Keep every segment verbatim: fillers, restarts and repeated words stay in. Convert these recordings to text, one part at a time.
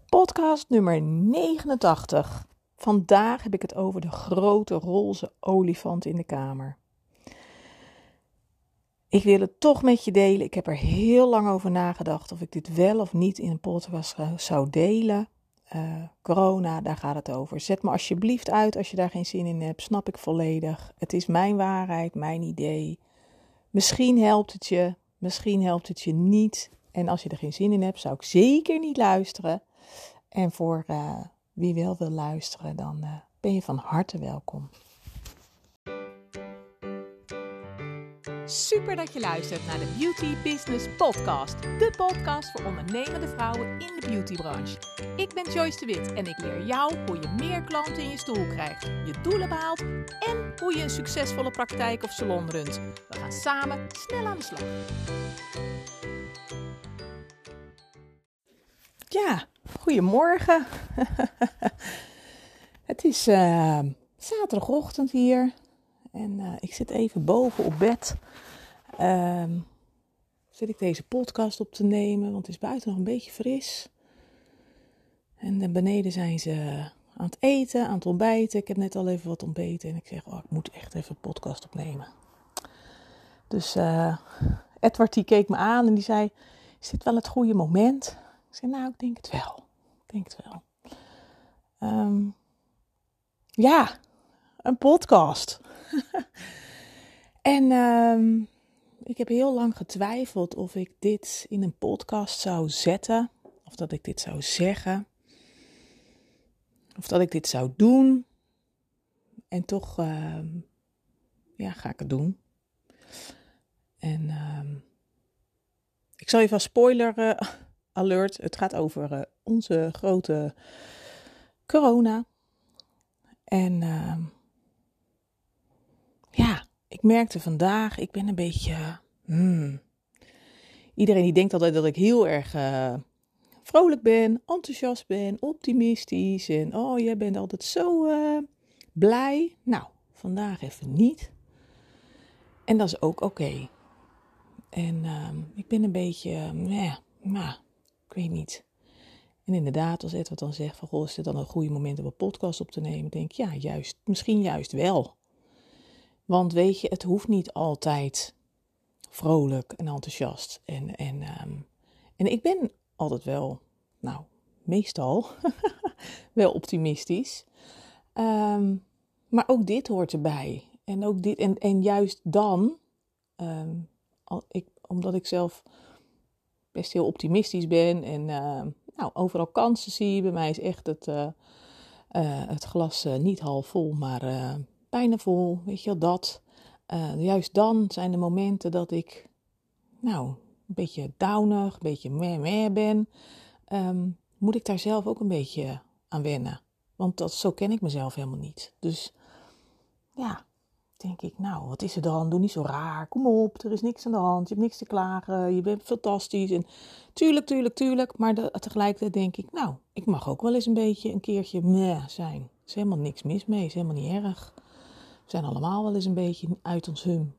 Podcast nummer negenentachtig. Vandaag heb ik het over de grote roze olifant in de kamer. Ik wil het toch met je delen. Ik heb er heel lang over nagedacht of ik dit wel of niet in een podcast zou delen. Uh, corona, daar gaat het over. Zet me alsjeblieft uit als je daar geen zin in hebt. Snap ik volledig. Het is mijn waarheid, mijn idee. Misschien helpt het je, misschien helpt het je niet. En als je er geen zin in hebt, zou ik zeker niet luisteren. En voor uh, wie wel wil luisteren, dan uh, ben je van harte welkom. Super dat je luistert naar de Beauty Business Podcast. De podcast voor ondernemende vrouwen in de beautybranche. Ik ben Joyce de Wit en ik leer jou hoe je meer klanten in je stoel krijgt, je doelen behaalt en hoe je een succesvolle praktijk of salon runt. We gaan samen snel aan de slag. Ja, goedemorgen. Het is uh, zaterdagochtend hier en uh, ik zit even boven op bed. Uh, zit ik deze podcast op te nemen, want het is buiten nog een beetje fris. En beneden zijn ze aan het eten, aan het ontbijten. Ik heb net al even wat ontbeten en ik zeg, oh, ik moet echt even een podcast opnemen. Dus uh, Edward die keek me aan en die zei, is dit wel het goede moment? Ik zei, nou, ik denk het wel. Ik denk het wel. Um, ja, een podcast. en um, ik heb heel lang getwijfeld of ik dit in een podcast zou zetten. Of dat ik dit zou zeggen. Of dat ik dit zou doen. En toch um, ja, ga ik het doen. En um, ik zal je van spoiler... Uh, alert, het gaat over uh, onze grote corona. En uh, ja, ik merkte vandaag, ik ben een beetje... Hmm, iedereen die denkt altijd dat ik heel erg uh, vrolijk ben, enthousiast ben, optimistisch. En oh, jij bent altijd zo uh, blij. Nou, vandaag even niet. En dat is ook oké. Okay. En uh, ik ben een beetje... Uh, ja, nou... Ik weet niet. En inderdaad, als Edward dan zegt van, goh, is dit dan een goede moment om een podcast op te nemen? Denk ik, ja, juist, misschien juist wel. Want weet je, het hoeft niet altijd vrolijk en enthousiast. En, en, um, en ik ben altijd wel, nou, meestal wel optimistisch. Um, maar ook dit hoort erbij. En ook dit, en, en juist dan, um, al, ik, omdat ik zelf... best heel optimistisch ben en uh, nou, overal kansen zie. Bij mij is echt het, uh, uh, het glas uh, niet half vol, maar uh, bijna vol. Weet je wel, dat. Uh, juist dan zijn de momenten dat ik nou, een beetje downer, een beetje meh meh ben. Um, moet ik daar zelf ook een beetje aan wennen. Want dat, zo ken ik mezelf helemaal niet. Dus ja... denk ik, nou, wat is er dan? Doe niet zo raar. Kom op, er is niks aan de hand. Je hebt niks te klagen. Je bent fantastisch. En tuurlijk, tuurlijk, tuurlijk. Maar de, tegelijkertijd denk ik, nou, ik mag ook wel eens een beetje een keertje meh zijn. Er is helemaal niks mis mee. Is helemaal niet erg. We zijn allemaal wel eens een beetje uit ons hum.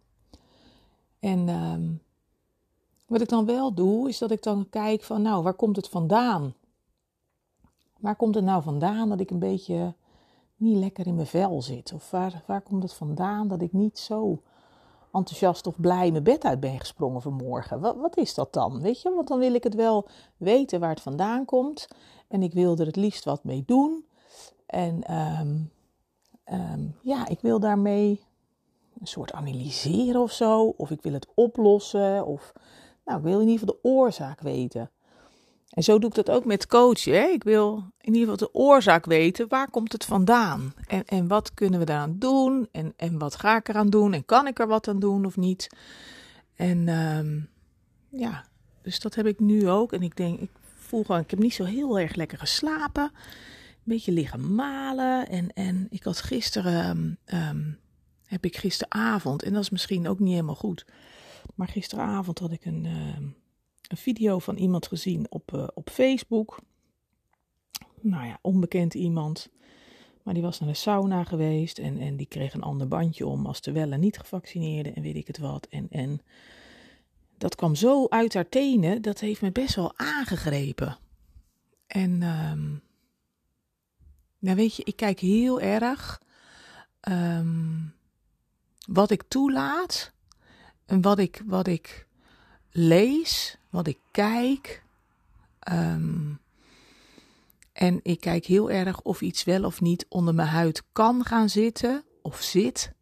En um, wat ik dan wel doe, is dat ik dan kijk van, nou, waar komt het vandaan? Waar komt het nou vandaan dat ik een beetje... niet lekker in mijn vel zit? Of waar, waar komt het vandaan dat ik niet zo enthousiast of blij mijn bed uit ben gesprongen vanmorgen? Wat, wat is dat dan? Weet je, want dan wil ik het wel weten waar het vandaan komt. En ik wil er het liefst wat mee doen. En um, um, ja, ik wil daarmee een soort analyseren of zo. Of ik wil het oplossen. Of nou, ik wil in ieder geval de oorzaak weten. En zo doe ik dat ook met coachen. Hè? Ik wil in ieder geval de oorzaak weten, waar komt het vandaan? En, en wat kunnen we daaraan doen? En, en wat ga ik eraan doen? En kan ik er wat aan doen of niet? En um, ja, dus dat heb ik nu ook. En ik denk, ik voel gewoon, ik heb niet zo heel erg lekker geslapen. Een beetje liggen malen. En, en ik had gisteren, um, um, heb ik gisteravond, en dat is misschien ook niet helemaal goed. Maar gisteravond had ik een... Um, een video van iemand gezien op, uh, op Facebook. Nou ja, onbekend iemand. Maar die was naar de sauna geweest. En, en die kreeg een ander bandje om als de wel en niet gevaccineerde. En weet ik het wat. En, en dat kwam zo uit haar tenen. Dat heeft me best wel aangegrepen. En um, nou weet je, ik kijk heel erg um, wat ik toelaat en wat ik, wat ik lees, wat ik kijk. Um, en ik kijk heel erg of iets wel of niet onder mijn huid kan gaan zitten of zit.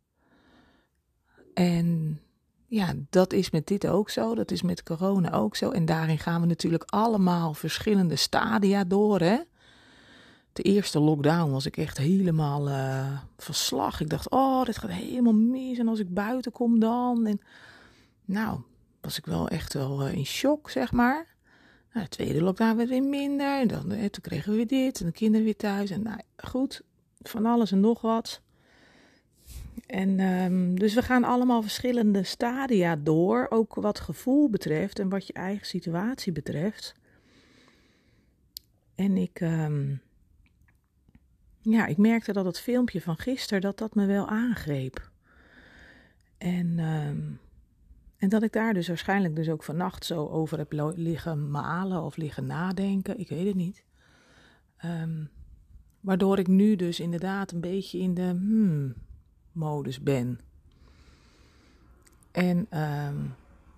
En ja, dat is met dit ook zo. Dat is met corona ook zo. En daarin gaan we natuurlijk allemaal verschillende stadia door, hè. De eerste lockdown was ik echt helemaal uh, verslag. Ik dacht, oh, dit gaat helemaal mis. En als ik buiten kom dan. En nou, was ik wel echt wel uh, in shock, zeg maar. Nou, de tweede lockdown werd weer minder. En dan, eh, toen kregen we weer dit. En de kinderen weer thuis. En nou, goed, van alles en nog wat. En um, dus we gaan allemaal verschillende stadia door. Ook wat gevoel betreft en wat je eigen situatie betreft. En ik... Um, Ja, ik merkte dat het filmpje van gisteren, dat dat me wel aangreep. En, um, en dat ik daar dus waarschijnlijk dus ook vannacht zo over heb lo- liggen malen of liggen nadenken. Ik weet het niet. Um, waardoor ik nu dus inderdaad een beetje in de hmm modus ben. En um,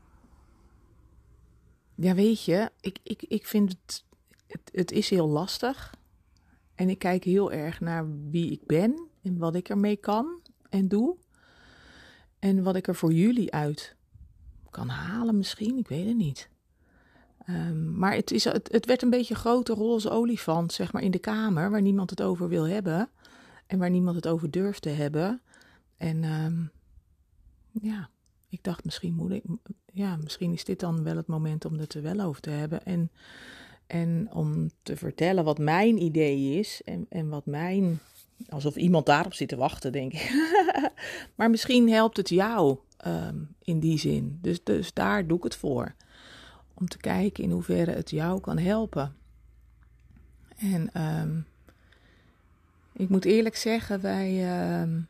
ja, weet je, ik, ik, ik vind het, het, het is heel lastig. En ik kijk heel erg naar wie ik ben en wat ik ermee kan en doe. En wat ik er voor jullie uit kan halen misschien, ik weet het niet. Um, maar het, is, het, het werd een beetje een grote roze olifant, zeg maar, in de kamer, waar niemand het over wil hebben. En waar niemand het over durft te hebben. En um, ja, ik dacht misschien moet ik, ja, misschien is dit dan wel het moment om het er wel over te hebben. En, en om te vertellen wat mijn idee is en, en wat mijn... Alsof iemand daarop zit te wachten, denk ik. Maar misschien helpt het jou um, in die zin. Dus, dus daar doe ik het voor. Om te kijken in hoeverre het jou kan helpen. En um, ik moet eerlijk zeggen, wij... Um,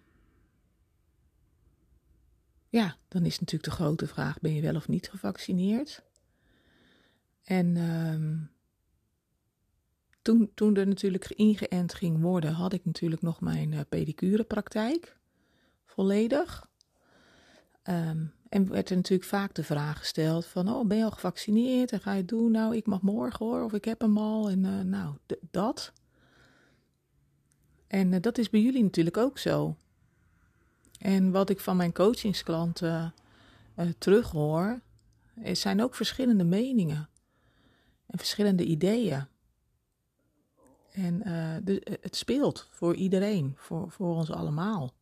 ja, dan is natuurlijk de grote vraag, ben je wel of niet gevaccineerd? En... Um, Toen, toen er natuurlijk ingeënt ging worden, had ik natuurlijk nog mijn uh, pedicurepraktijk. Volledig. Um, en werd er natuurlijk vaak de vraag gesteld van, oh, ben je al gevaccineerd? En ga je het doen? Nou, ik mag morgen hoor, of ik heb hem al. En uh, nou, d- dat. En uh, dat is bij jullie natuurlijk ook zo. En wat ik van mijn coachingsklanten uh, terughoor, er zijn ook verschillende meningen. En verschillende ideeën. En uh, dus het speelt voor iedereen, voor, voor ons allemaal.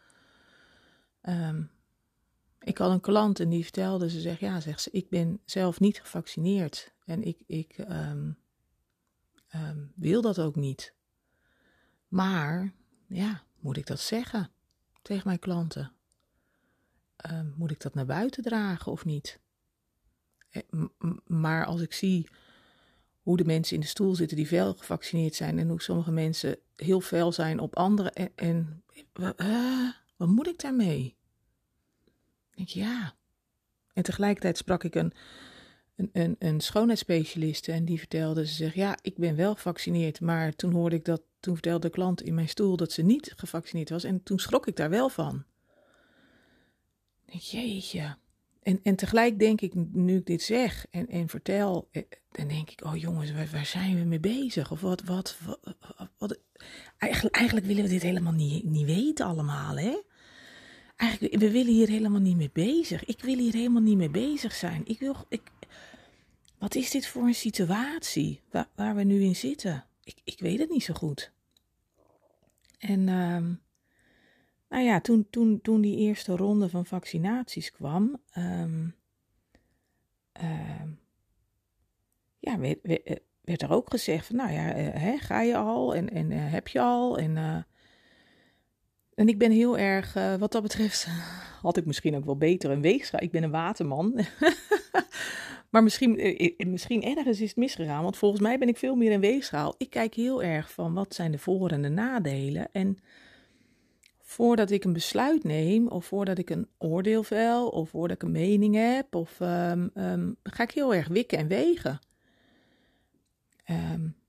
Um, ik had een klant en die vertelde, ze zegt, ja, zegt ze, ik ben zelf niet gevaccineerd. En ik, ik um, um, wil dat ook niet. Maar, ja, moet ik dat zeggen tegen mijn klanten? Um, moet ik dat naar buiten dragen of niet? M- m- maar als ik zie... hoe de mensen in de stoel zitten die wel gevaccineerd zijn... en hoe sommige mensen heel fel zijn op anderen. En, en uh, wat moet ik daarmee? Ik denk, ja. En tegelijkertijd sprak ik een, een, een, een schoonheidsspecialiste... en die vertelde, ze zegt, ja, ik ben wel gevaccineerd... maar toen hoorde ik dat, toen vertelde de klant in mijn stoel... dat ze niet gevaccineerd was en toen schrok ik daar wel van. Ik denk, jeetje... En, en tegelijk denk ik, nu ik dit zeg en, en vertel, dan denk ik, oh jongens, waar, waar zijn we mee bezig? Of wat, wat, wat, wat eigenlijk, eigenlijk willen we dit helemaal niet, niet weten allemaal, hè? Eigenlijk, we willen hier helemaal niet mee bezig. Ik wil hier helemaal niet mee bezig zijn. Ik wil, ik, wat is dit voor een situatie waar, waar we nu in zitten? Ik, ik weet het niet zo goed. En... Um, Nou ja, toen, toen, toen die eerste ronde van vaccinaties kwam, um, uh, ja, werd, werd er ook gezegd van, nou ja, uh, hè, ga je al en, en uh, heb je al? En, uh, en ik ben heel erg, uh, wat dat betreft, had ik misschien ook wel beter een weegschaal. Ik ben een waterman. Maar misschien, uh, misschien ergens is het misgegaan, want volgens mij ben ik veel meer een weegschaal. Ik kijk heel erg van, wat zijn de voor- en de nadelen? En... voordat ik een besluit neem, of voordat ik een oordeel vel, of voordat ik een mening heb, of um, um, ga ik heel erg wikken en wegen. Um,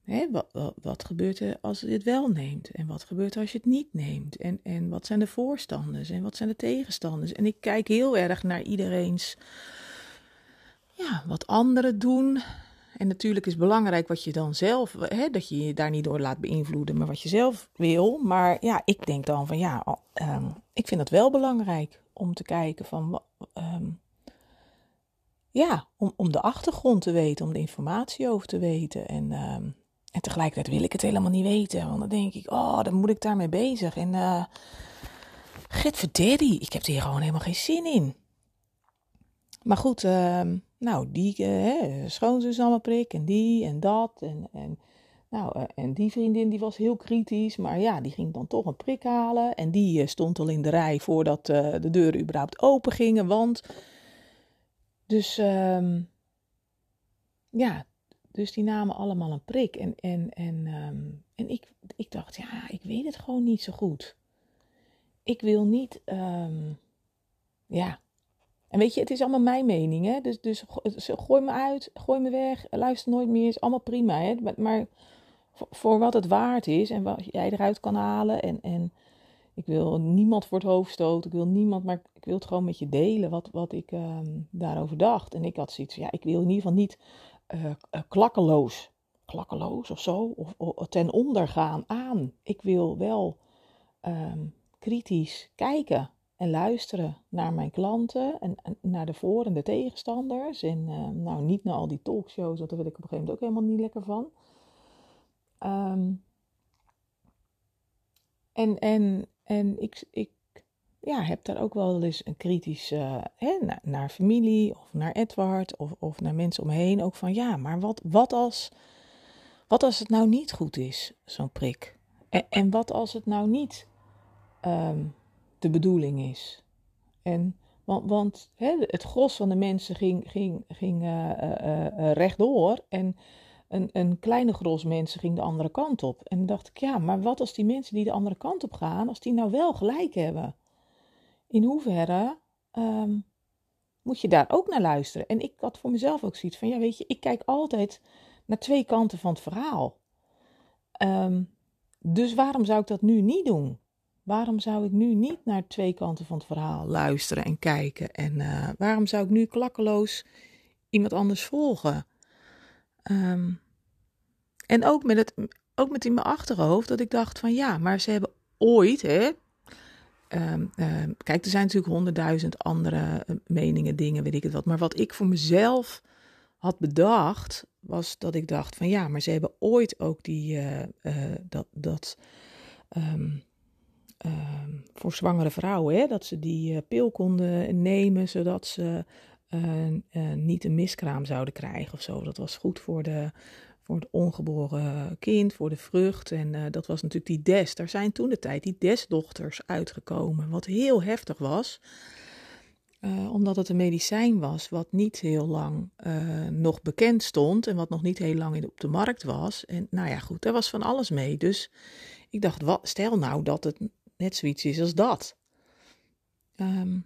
Hè, wat, wat, wat gebeurt er als je het wel neemt? En wat gebeurt er als je het niet neemt? En, en wat zijn de voorstanders en wat zijn de tegenstanders? En ik kijk heel erg naar iedereen's, ja, wat anderen doen. En natuurlijk is belangrijk wat je dan zelf, hè, dat je je daar niet door laat beïnvloeden, maar wat je zelf wil. Maar ja, ik denk dan van ja, um, ik vind het wel belangrijk om te kijken van, um, ja, om, om de achtergrond te weten, om de informatie over te weten. En, um, en tegelijkertijd wil ik het helemaal niet weten, want dan denk ik, oh, dan moet ik daarmee bezig. En uh, gitverdeddy, ik heb er hier gewoon helemaal geen zin in. Maar goed, uh, nou, die uh, schoonzus allemaal prik en die en dat. En, en, nou, uh, en die vriendin die was heel kritisch, maar ja, die ging dan toch een prik halen. En die uh, stond al in de rij voordat uh, de deuren überhaupt open gingen, want... Dus, um, ja, dus die namen allemaal een prik. En, en, en, um, en ik, ik dacht, ja, ik weet het gewoon niet zo goed. Ik wil niet, um, ja... En weet je, het is allemaal mijn mening, hè. Dus, dus gooi me uit, gooi me weg, luister nooit meer, is allemaal prima, hè. Maar voor, voor wat het waard is en wat jij eruit kan halen. En, en ik wil niemand voor het hoofd stoten, ik wil niemand, maar ik wil het gewoon met je delen wat, wat ik um, daarover dacht. En ik had zoiets van, ja, ik wil in ieder geval niet uh, uh, klakkeloos, klakkeloos of zo, of, of ten onder gaan aan. Ik wil wel um, kritisch kijken. En luisteren naar mijn klanten en, en naar de voor- en de tegenstanders. En uh, nou, niet naar al die talkshows, want daar wil ik op een gegeven moment ook helemaal niet lekker van. Um, en en, en ik, ik ja, heb daar ook wel eens een kritisch, uh, hè, naar, naar familie of naar Edward of, of naar mensen om me heen. Ook van ja, maar wat, wat, als, wat als het nou niet goed is, zo'n prik? En, en wat als het nou niet... Um, de bedoeling is. En, want want hè, het gros van de mensen ging, ging, ging uh, uh, uh, rechtdoor en een, een kleine gros mensen ging de andere kant op. En dan dacht ik, ja, maar wat als die mensen die de andere kant op gaan, als die nou wel gelijk hebben? In hoeverre um, moet je daar ook naar luisteren? En ik had voor mezelf ook zoiets van, ja, weet je, ik kijk altijd naar twee kanten van het verhaal. Um, dus waarom zou ik dat nu niet doen? Waarom zou ik nu niet naar twee kanten van het verhaal luisteren en kijken? En uh, waarom zou ik nu klakkeloos iemand anders volgen? Um, en ook met, het, ook met in mijn achterhoofd dat ik dacht van ja, maar ze hebben ooit, hè. Um, um, kijk, er zijn natuurlijk honderdduizend andere uh, meningen, dingen, weet ik het wat. Maar wat ik voor mezelf had bedacht, was dat ik dacht van ja, maar ze hebben ooit ook die, uh, uh, dat... dat um, Uh, voor zwangere vrouwen, hè, dat ze die uh, pil konden nemen, zodat ze uh, uh, niet een miskraam zouden krijgen of zo. Dat was goed voor, de, voor het ongeboren kind, voor de vrucht. En uh, dat was natuurlijk die D E S. Daar zijn toen de tijd die D E S-dochters uitgekomen, wat heel heftig was. Uh, omdat het een medicijn was wat niet heel lang uh, nog bekend stond en wat nog niet heel lang op de markt was. En nou ja, goed, daar was van alles mee. Dus ik dacht, wat, stel nou dat het net zoiets is als dat. Um,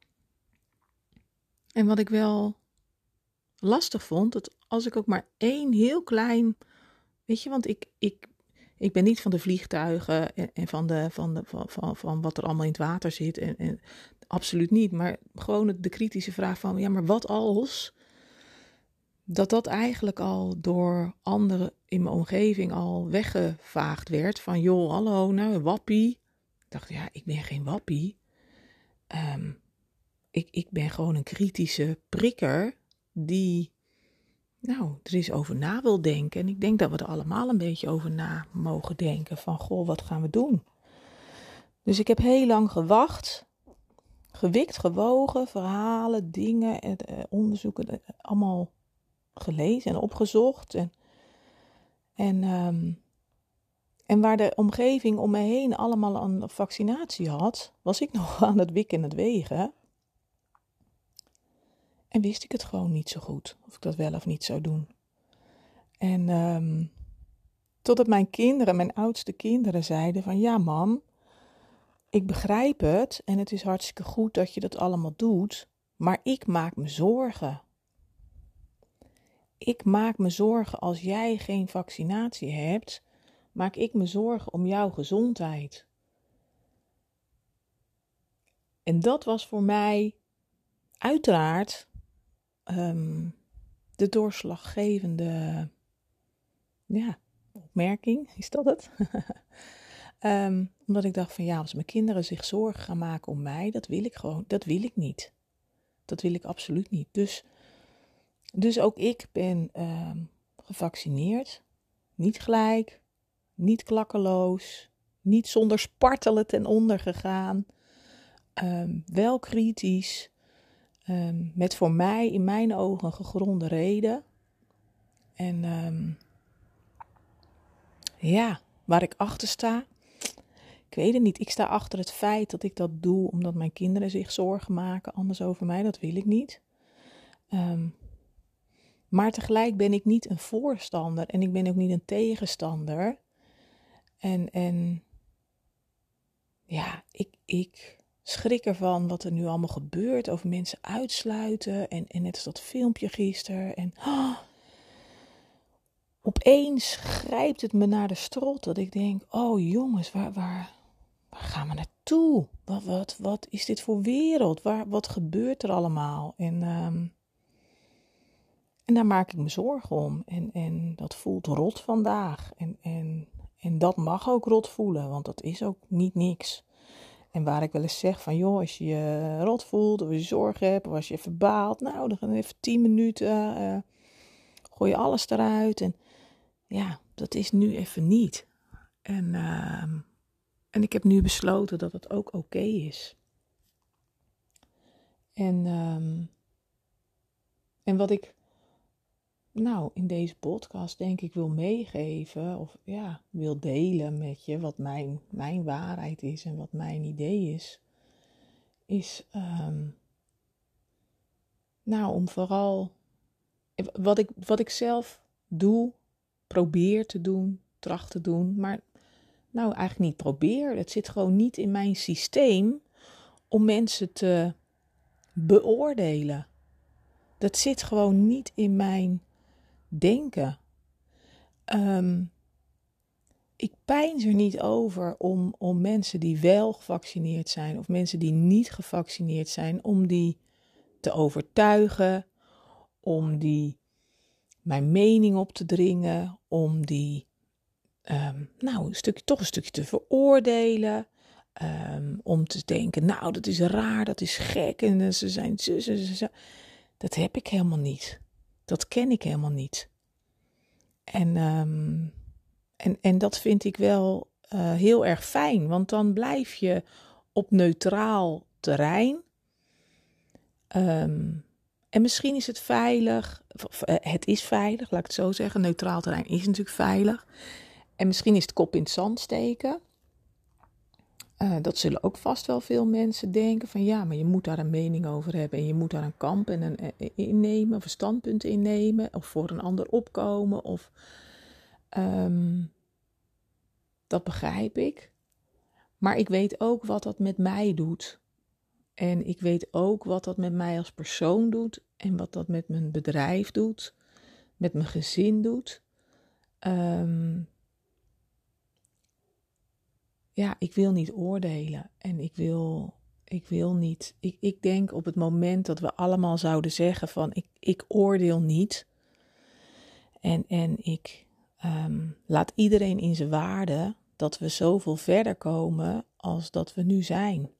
en wat ik wel lastig vond, dat als ik ook maar één heel klein, weet je, want ik, ik, ik ben niet van de vliegtuigen en, en van, de, van, de, van, van, van wat er allemaal in het water zit. En, en, absoluut niet, maar gewoon de kritische vraag van, ja, maar wat als dat dat eigenlijk al door anderen in mijn omgeving al weggevaagd werd. Van joh, hallo, nou, wappie. Ik dacht, ja, ik ben geen wappie. Um, ik, ik ben gewoon een kritische prikker die, nou, er eens over na wil denken. En ik denk dat we er allemaal een beetje over na mogen denken. Van, goh, wat gaan we doen? Dus ik heb heel lang gewacht, gewikt, gewogen, verhalen, dingen, eh, onderzoeken, eh, allemaal gelezen en opgezocht. En, en, um, en waar de omgeving om me heen allemaal een vaccinatie had, was ik nog aan het wikken en het wegen. En wist ik het gewoon niet zo goed, of ik dat wel of niet zou doen. En um, totdat mijn kinderen, mijn oudste kinderen, zeiden van ja mam, ik begrijp het en het is hartstikke goed dat je dat allemaal doet, maar ik maak me zorgen. ik maak me zorgen als jij geen vaccinatie hebt, maak ik me zorgen om jouw gezondheid. En dat was voor mij uiteraard um, de doorslaggevende ja, opmerking, is dat het? um, omdat ik dacht van ja, als mijn kinderen zich zorgen gaan maken om mij, dat wil ik gewoon, dat wil ik niet. Dat wil ik absoluut niet. Dus, dus ook ik ben um, gevaccineerd. Niet gelijk, niet klakkeloos, niet zonder spartelen ten onder gegaan. Um, wel kritisch, um, met voor mij in mijn ogen gegronde reden. En um, ja, waar ik achter sta, ik weet het niet. Ik sta achter het feit dat ik dat doe omdat mijn kinderen zich zorgen maken anders over mij. Dat wil ik niet. Um, maar tegelijk ben ik niet een voorstander en ik ben ook niet een tegenstander. En, en ja, ik, ik schrik ervan wat er nu allemaal gebeurt over mensen uitsluiten. En, en net als dat filmpje gisteren. En oh, opeens grijpt het me naar de strot dat ik denk, oh jongens, waar, waar, waar gaan we naartoe? Wat, wat, wat is dit voor wereld? Waar, wat gebeurt er allemaal? En, um, en daar maak ik me zorgen om. En, en dat voelt rot vandaag. En, en, en dat mag ook rot voelen, want dat is ook niet niks. En waar ik wel eens zeg van, joh, als je je rot voelt, of als je zorgen hebt, of als je even baalt, nou, dan gaan we even tien minuten, uh, gooi je alles eruit. En ja, dat is nu even niet. En, uh, en ik heb nu besloten dat het ook oké is. En, um, en wat ik nou in deze podcast denk ik wil meegeven, of ja, wil delen met je, wat mijn, mijn waarheid is en wat mijn idee is, is um, nou om vooral, wat ik, wat ik zelf doe, probeer te doen, tracht te doen, maar nou eigenlijk niet probeer, het zit gewoon niet in mijn systeem om mensen te beoordelen. Dat zit gewoon niet in mijn denken. Um, ik peins er niet over om, om mensen die wel gevaccineerd zijn of mensen die niet gevaccineerd zijn, om die te overtuigen, om die mijn mening op te dringen, om die um, nou een stukje, toch een stukje te veroordelen, um, om te denken, nou dat is raar, dat is gek en ze zijn zo, zo, zo, zo. Dat heb ik helemaal niet. Dat ken ik helemaal niet. En, um, en, en dat vind ik wel uh, heel erg fijn, want dan blijf je op neutraal terrein. Um, en misschien is het veilig, of, uh, het is veilig, laat ik het zo zeggen. Neutraal terrein is natuurlijk veilig. En misschien is het kop in het zand steken. Uh, dat zullen ook vast wel veel mensen denken van ja, maar je moet daar een mening over hebben. En je moet daar een kamp en een, innemen of een standpunt innemen. Of voor een ander opkomen. Of, um, dat begrijp ik. Maar ik weet ook wat dat met mij doet. En ik weet ook wat dat met mij als persoon doet. En wat dat met mijn bedrijf doet. Met mijn gezin doet. Um, Ja, ik wil niet oordelen en ik wil, ik wil niet, ik, ik denk op het moment dat we allemaal zouden zeggen van ik, ik oordeel niet en, en ik um, laat iedereen in zijn waarde, dat we zoveel verder komen als dat we nu zijn.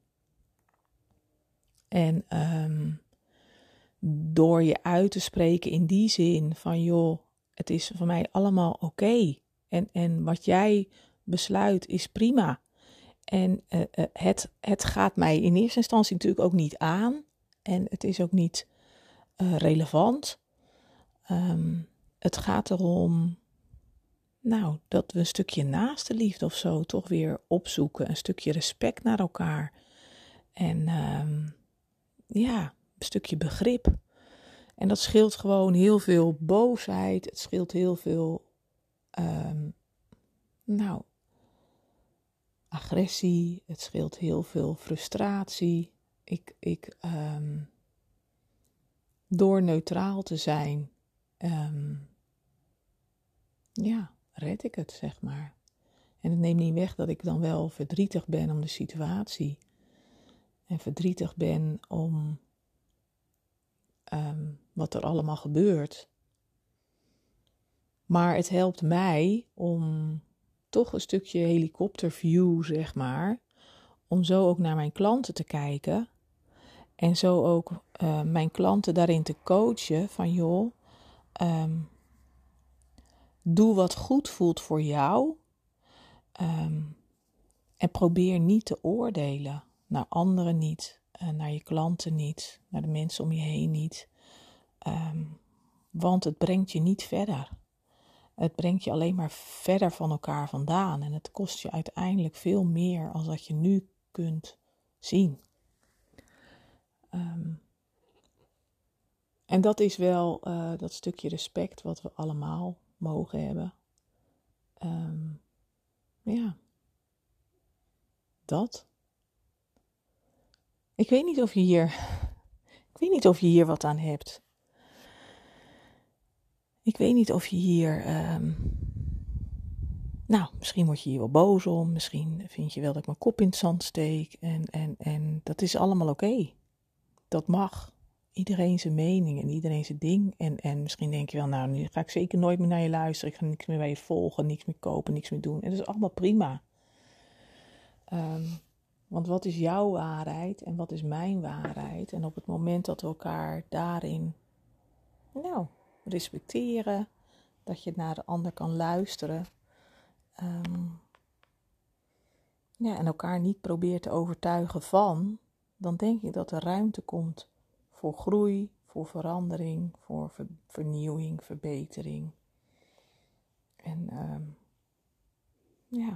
En um, door je uit te spreken in die zin van joh, het is voor mij allemaal oké okay. en, en wat jij besluit is prima. En uh, uh, het, het gaat mij in eerste instantie natuurlijk ook niet aan. En het is ook niet uh, relevant. Um, het gaat erom, nou, dat we een stukje naaste liefde of zo toch weer opzoeken. Een stukje respect naar elkaar. En um, ja, een stukje begrip. En dat scheelt gewoon heel veel boosheid. Het scheelt heel veel, um, nou... agressie, het scheelt heel veel frustratie. Ik, ik, um, door neutraal te zijn um, ja, red ik het, zeg maar. En het neemt niet weg dat ik dan wel verdrietig ben om de situatie. En verdrietig ben om um, wat er allemaal gebeurt. Maar het helpt mij om toch een stukje helikopterview, zeg maar. Om zo ook naar mijn klanten te kijken. En zo ook uh, mijn klanten daarin te coachen. Van joh, um, doe wat goed voelt voor jou. Um, en probeer niet te oordelen. Naar anderen niet. Uh, naar je klanten niet. Naar de mensen om je heen niet. Um, want het brengt je niet verder. Het brengt je alleen maar verder van elkaar vandaan. En het kost je uiteindelijk veel meer als dat je nu kunt zien. Um, en dat is wel uh, dat stukje respect wat we allemaal mogen hebben. Um, ja. Dat. Ik weet niet of je hier... Ik weet niet of je hier wat aan hebt. Ik weet niet of je hier... Um, nou, misschien word je hier wel boos om. Misschien vind je wel dat ik mijn kop in het zand steek. En, en, en dat is allemaal oké. Okay. Dat mag. Iedereen zijn mening en iedereen zijn ding. En, en misschien denk je wel, nou, nu ga ik zeker nooit meer naar je luisteren. Ik ga niks meer bij je volgen, niks meer kopen, niks meer doen. En dat is allemaal prima. Um, want wat is jouw waarheid en wat is mijn waarheid? En op het moment dat we elkaar daarin, nou, respecteren, dat je naar de ander kan luisteren. Um, ja, en elkaar niet probeert te overtuigen van, dan denk ik dat er ruimte komt voor groei, voor verandering, voor ver, vernieuwing, verbetering. En um, ja.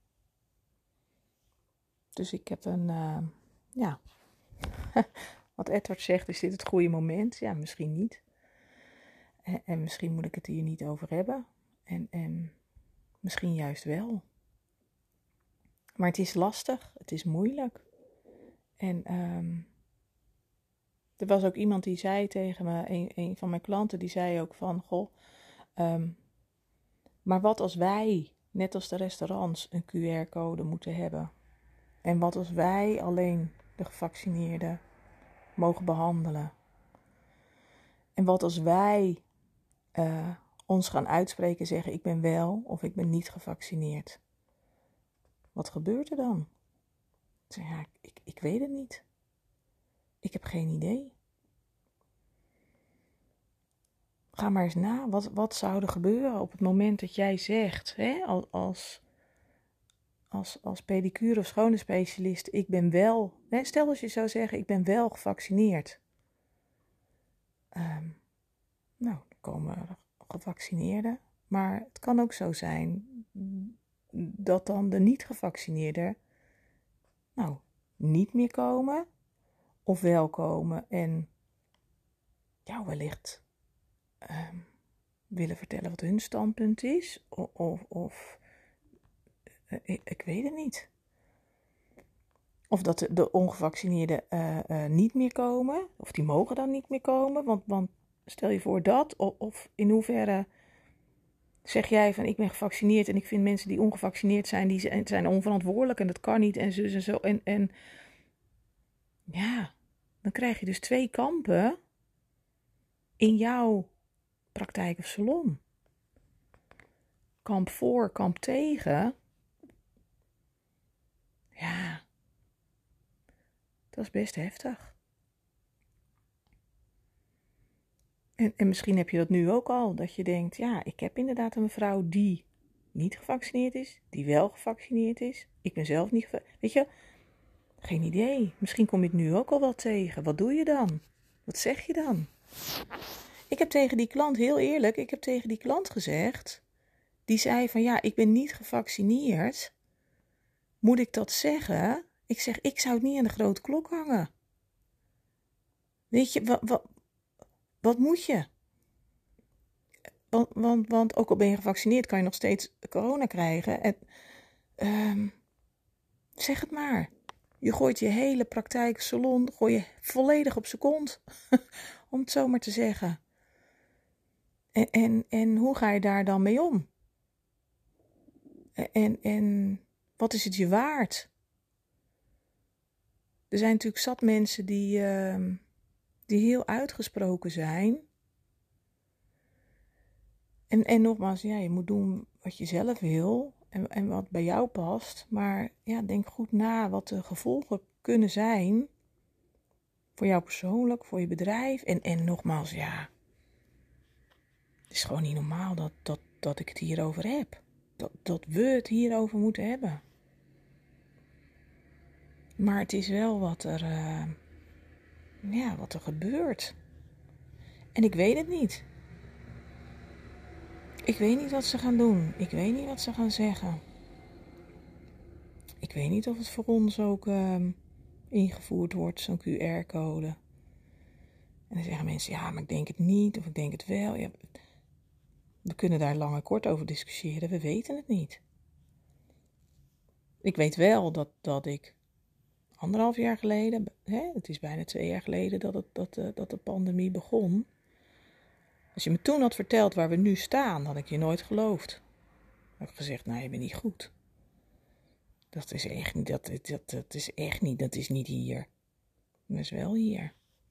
Dus ik heb een, uh, ja, wat Edward zegt, is dit het goede moment? Ja, misschien niet. En, en misschien moet ik het hier niet over hebben. En, en misschien juist wel. Maar het is lastig, het is moeilijk. En um, er was ook iemand die zei tegen me, een, een van mijn klanten, die zei ook van, goh, um, maar wat als wij, net als de restaurants, een Q R-code moeten hebben? En wat als wij alleen de gevaccineerden mogen behandelen? En wat als wij uh, ons gaan uitspreken, zeggen ik ben wel of ik ben niet gevaccineerd? Wat gebeurt er dan? Ik zeg, ja, ik, ik weet het niet. Ik heb geen idee. Ga maar eens na, wat, wat zou er gebeuren op het moment dat jij zegt, hè, als, als, als pedicure of schoonheidsspecialist, ik ben wel, hè, stel dat je zou zeggen, ik ben wel gevaccineerd. Um, nou, dan komen gevaccineerden, maar het kan ook zo zijn dat dan de niet gevaccineerden, nou, niet meer komen of wel komen en ja, wellicht um, willen vertellen wat hun standpunt is of, of, of uh, ik, ik weet het niet. Of dat de, de ongevaccineerden uh, uh, niet meer komen, of die mogen dan niet meer komen, want, want stel je voor dat, of, of in hoeverre zeg jij van ik ben gevaccineerd en ik vind mensen die ongevaccineerd zijn, die zijn, zijn onverantwoordelijk en dat kan niet en zo en zo. En, en ja, dan krijg je dus twee kampen in jouw praktijk of salon. Kamp voor, kamp tegen. Ja, dat is best heftig. En, en misschien heb je dat nu ook al, dat je denkt, ja, ik heb inderdaad een mevrouw die niet gevaccineerd is, die wel gevaccineerd is. Ik ben zelf niet gevaccineerd. Weet je, geen idee. Misschien kom je het nu ook al wel tegen. Wat doe je dan? Wat zeg je dan? Ik heb tegen die klant, heel eerlijk, ik heb tegen die klant gezegd, die zei van ja, ik ben niet gevaccineerd. Moet ik dat zeggen? Ik zeg, ik zou het niet aan de grote klok hangen. Weet je, wat, wat, wat moet je? Want, want, want ook al ben je gevaccineerd, kan je nog steeds corona krijgen. En, um, zeg het maar. Je gooit je hele praktijk, salon, gooi je volledig op z'n kont. Om het zo maar te zeggen. En, en, en hoe ga je daar dan mee om? En, en wat is het je waard? Er zijn natuurlijk zat mensen die, uh, die heel uitgesproken zijn. En, en nogmaals, ja, je moet doen wat je zelf wil en, en wat bij jou past. Maar ja, denk goed na wat de gevolgen kunnen zijn voor jou persoonlijk, voor je bedrijf. En, en nogmaals, ja, het is gewoon niet normaal dat, dat, dat ik het hierover heb. Dat, dat we het hierover moeten hebben. Maar het is wel wat er, uh, ja, wat er gebeurt. En ik weet het niet. Ik weet niet wat ze gaan doen. Ik weet niet wat ze gaan zeggen. Ik weet niet of het voor ons ook uh, ingevoerd wordt, zo'n Q R-code. En dan zeggen mensen, ja, maar ik denk het niet of ik denk het wel. Ja, we kunnen daar lang en kort over discussiëren. We weten het niet. Ik weet wel dat, dat ik anderhalf jaar geleden, hè, het is bijna twee jaar geleden dat, het, dat, uh, dat de pandemie begon. Als je me toen had verteld waar we nu staan, had ik je nooit geloofd. Dan had ik gezegd, nou, je bent niet goed. Dat is echt niet, dat, dat, dat is echt niet, dat is niet hier. Dat is wel hier.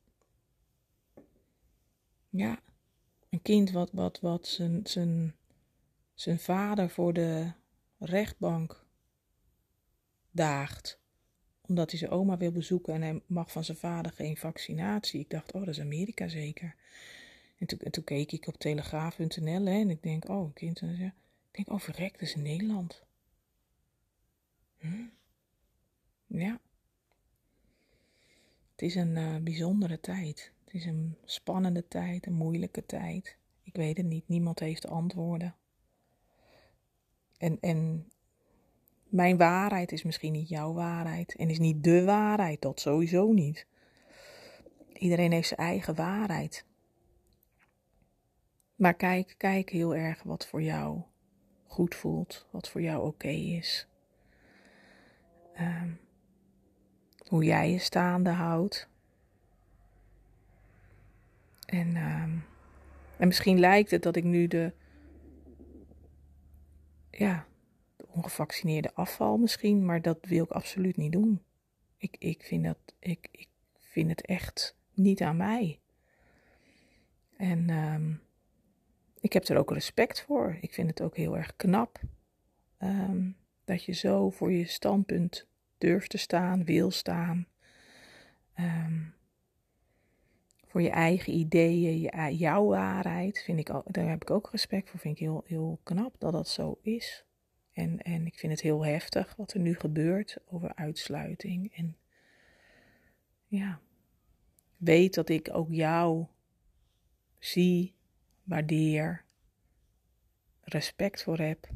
Ja, een kind wat, wat, wat zijn, zijn, zijn vader voor de rechtbank daagt. Omdat hij zijn oma wil bezoeken en hij mag van zijn vader geen vaccinatie. Ik dacht, oh, dat is Amerika zeker. En toen, en toen keek ik op telegraaf punt n l hè, en ik denk, oh, een kind. En ja, ik denk, oh, verrek, dat is in Nederland. Hm? Ja. Het is een uh, bijzondere tijd. Het is een spannende tijd, een moeilijke tijd. Ik weet het niet, niemand heeft antwoorden. En, en mijn waarheid is misschien niet jouw waarheid. En is niet de waarheid, dat sowieso niet. Iedereen heeft zijn eigen waarheid. Maar kijk, kijk heel erg wat voor jou goed voelt. Wat voor jou oké is. Um, hoe jij je staande houdt. En, um, en misschien lijkt het dat ik nu de, ja, de ongevaccineerde afval misschien. Maar dat wil ik absoluut niet doen. Ik, ik, vind, dat, ik, ik vind het echt niet aan mij. En um, ik heb er ook respect voor. Ik vind het ook heel erg knap. Um, dat je zo voor je standpunt durft te staan, wil staan. Um, voor je eigen ideeën, je, jouw waarheid. Vind ik, daar heb ik ook respect voor. Vind ik heel, heel knap dat dat zo is. En, en ik vind het heel heftig wat er nu gebeurt over uitsluiting. En ja, weet dat ik ook jou zie, waardeer, respect voor heb.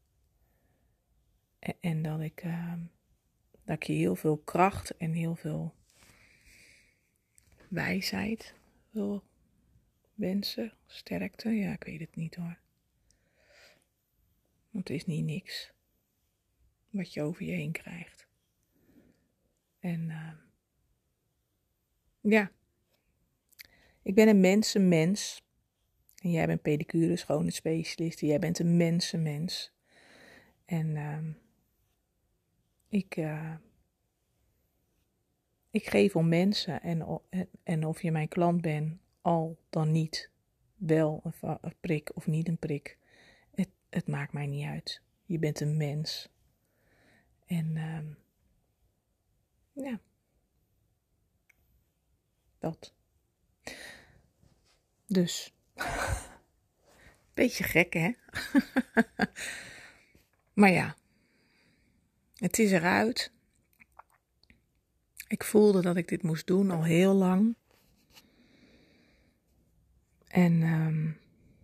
En, en dat, ik, uh, dat ik je heel veel kracht en heel veel wijsheid wil wensen. Sterkte, ja, ik weet het niet hoor. Want het is niet niks wat je over je heen krijgt. En uh, ja, ik ben een mensenmens. En jij bent pedicure, schoonheidsspecialist. Jij bent een mensenmens. En uh, ik, uh, ik geef om mensen. En, en of je mijn klant bent, al dan niet, wel een, een prik of niet een prik. Het, het maakt mij niet uit. Je bent een mens. En uh, ja, dat. Dus, beetje gek hè? Maar ja, het is eruit. Ik voelde dat ik dit moest doen al heel lang. En um,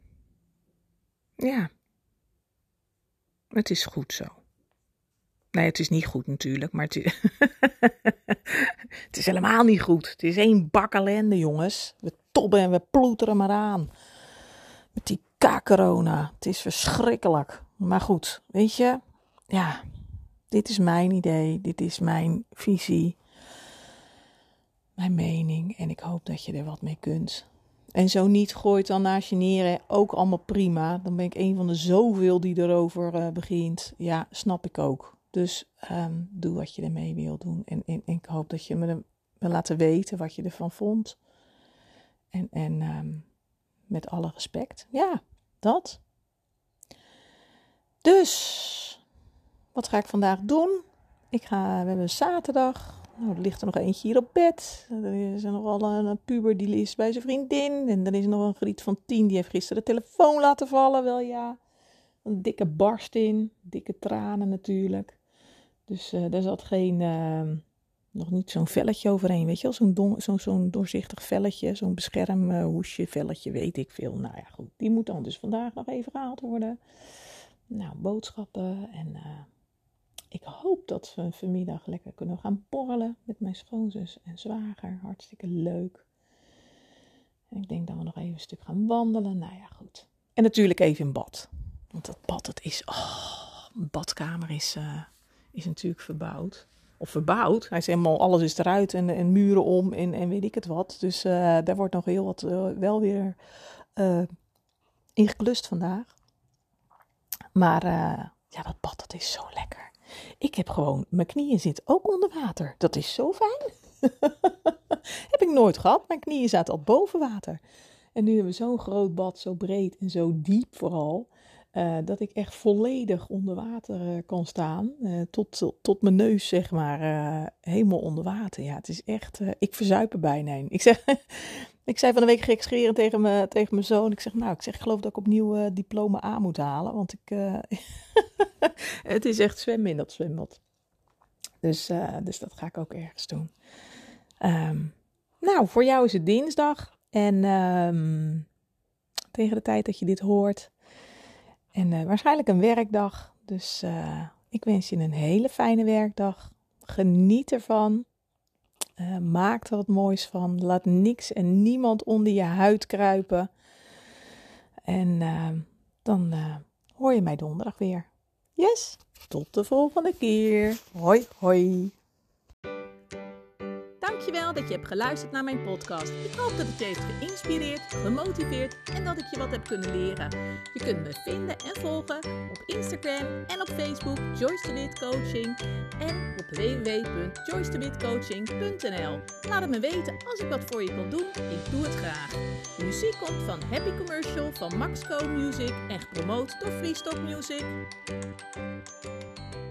ja, het is goed zo. Nee, het is niet goed natuurlijk, maar het is, het is helemaal niet goed. Het is één bak ellende, jongens. We tobben en we ploeteren maar aan. Met die K-corona. Het is verschrikkelijk. Maar goed, weet je, ja, dit is mijn idee. Dit is mijn visie. Mijn mening. En ik hoop dat je er wat mee kunt. En zo niet, gooi het dan naast je neer. Ook allemaal prima. Dan ben ik een van de zoveel die erover uh, begint. Ja, snap ik ook. Dus um, doe wat je ermee wil doen. En, en, en ik hoop dat je me wil laten weten wat je ervan vond. En, en um, met alle respect. Ja, dat. Dus, wat ga ik vandaag doen? Ik ga, we hebben zaterdag. Nou, er ligt er nog eentje hier op bed. Er is er nog wel een, een puber die is bij zijn vriendin. En er is nog een griet van tien. Die heeft gisteren de telefoon laten vallen. Wel ja. Een dikke barst in. Dikke tranen natuurlijk. Dus uh, daar zat geen... Uh, nog niet zo'n velletje overheen. Weet je wel? Zo'n, don, zo, zo'n doorzichtig velletje. Zo'n beschermhoesje uh, velletje. Weet ik veel. Nou ja, goed. Die moet dan dus vandaag nog even gehaald worden. Nou, boodschappen. En... Uh, Ik hoop dat we vanmiddag lekker kunnen gaan borrelen met mijn schoonzus en zwager. Hartstikke leuk. En ik denk dat we nog even een stuk gaan wandelen. Nou ja, goed. En natuurlijk even in bad. Want dat bad, dat is... Oh, een badkamer is, uh, is natuurlijk verbouwd. Of verbouwd. Hij is helemaal... Alles is eruit en, en muren om en, en weet ik het wat. Dus uh, daar wordt nog heel wat uh, wel weer uh, in geklust vandaag. Maar uh, ja, dat bad, dat is zo lekker. Ik heb gewoon, mijn knieën zitten ook onder water. Dat is zo fijn. Heb ik nooit gehad. Mijn knieën zaten al boven water. En nu hebben we zo'n groot bad, zo breed en zo diep vooral. Uh, dat ik echt volledig onder water uh, kan staan. Uh, tot, tot, tot mijn neus, zeg maar. Uh, helemaal onder water. Ja, het is echt, uh, ik verzuip er bijna in. Ik zeg... Ik zei van de week gekscherend tegen, me, tegen mijn zoon. Ik zeg, nou, ik zeg, ik geloof dat ik opnieuw uh, diploma A moet halen. Want ik, uh, het is echt zwemmen in dat zwembad. Dus, uh, dus dat ga ik ook ergens doen. Um, nou, voor jou is het dinsdag. En um, tegen de tijd dat je dit hoort. En uh, waarschijnlijk een werkdag. Dus uh, ik wens je een hele fijne werkdag. Geniet ervan. Uh, maak er wat moois van. Laat niks en niemand onder je huid kruipen. En uh, dan uh, hoor je mij donderdag weer. Yes, tot de volgende keer. Hoi, hoi. Dankjewel dat je hebt geluisterd naar mijn podcast. Ik hoop dat het je heeft geïnspireerd, gemotiveerd en dat ik je wat heb kunnen leren. Je kunt me vinden en volgen op Instagram en op Facebook Joyce de Wit Coaching en op w w w punt joyce de wit coaching punt n l. Laat het me weten als ik wat voor je kan doen. Ik doe het graag. De muziek komt van Happy Commercial van Maxco Music en gepromoot door Freestock Music.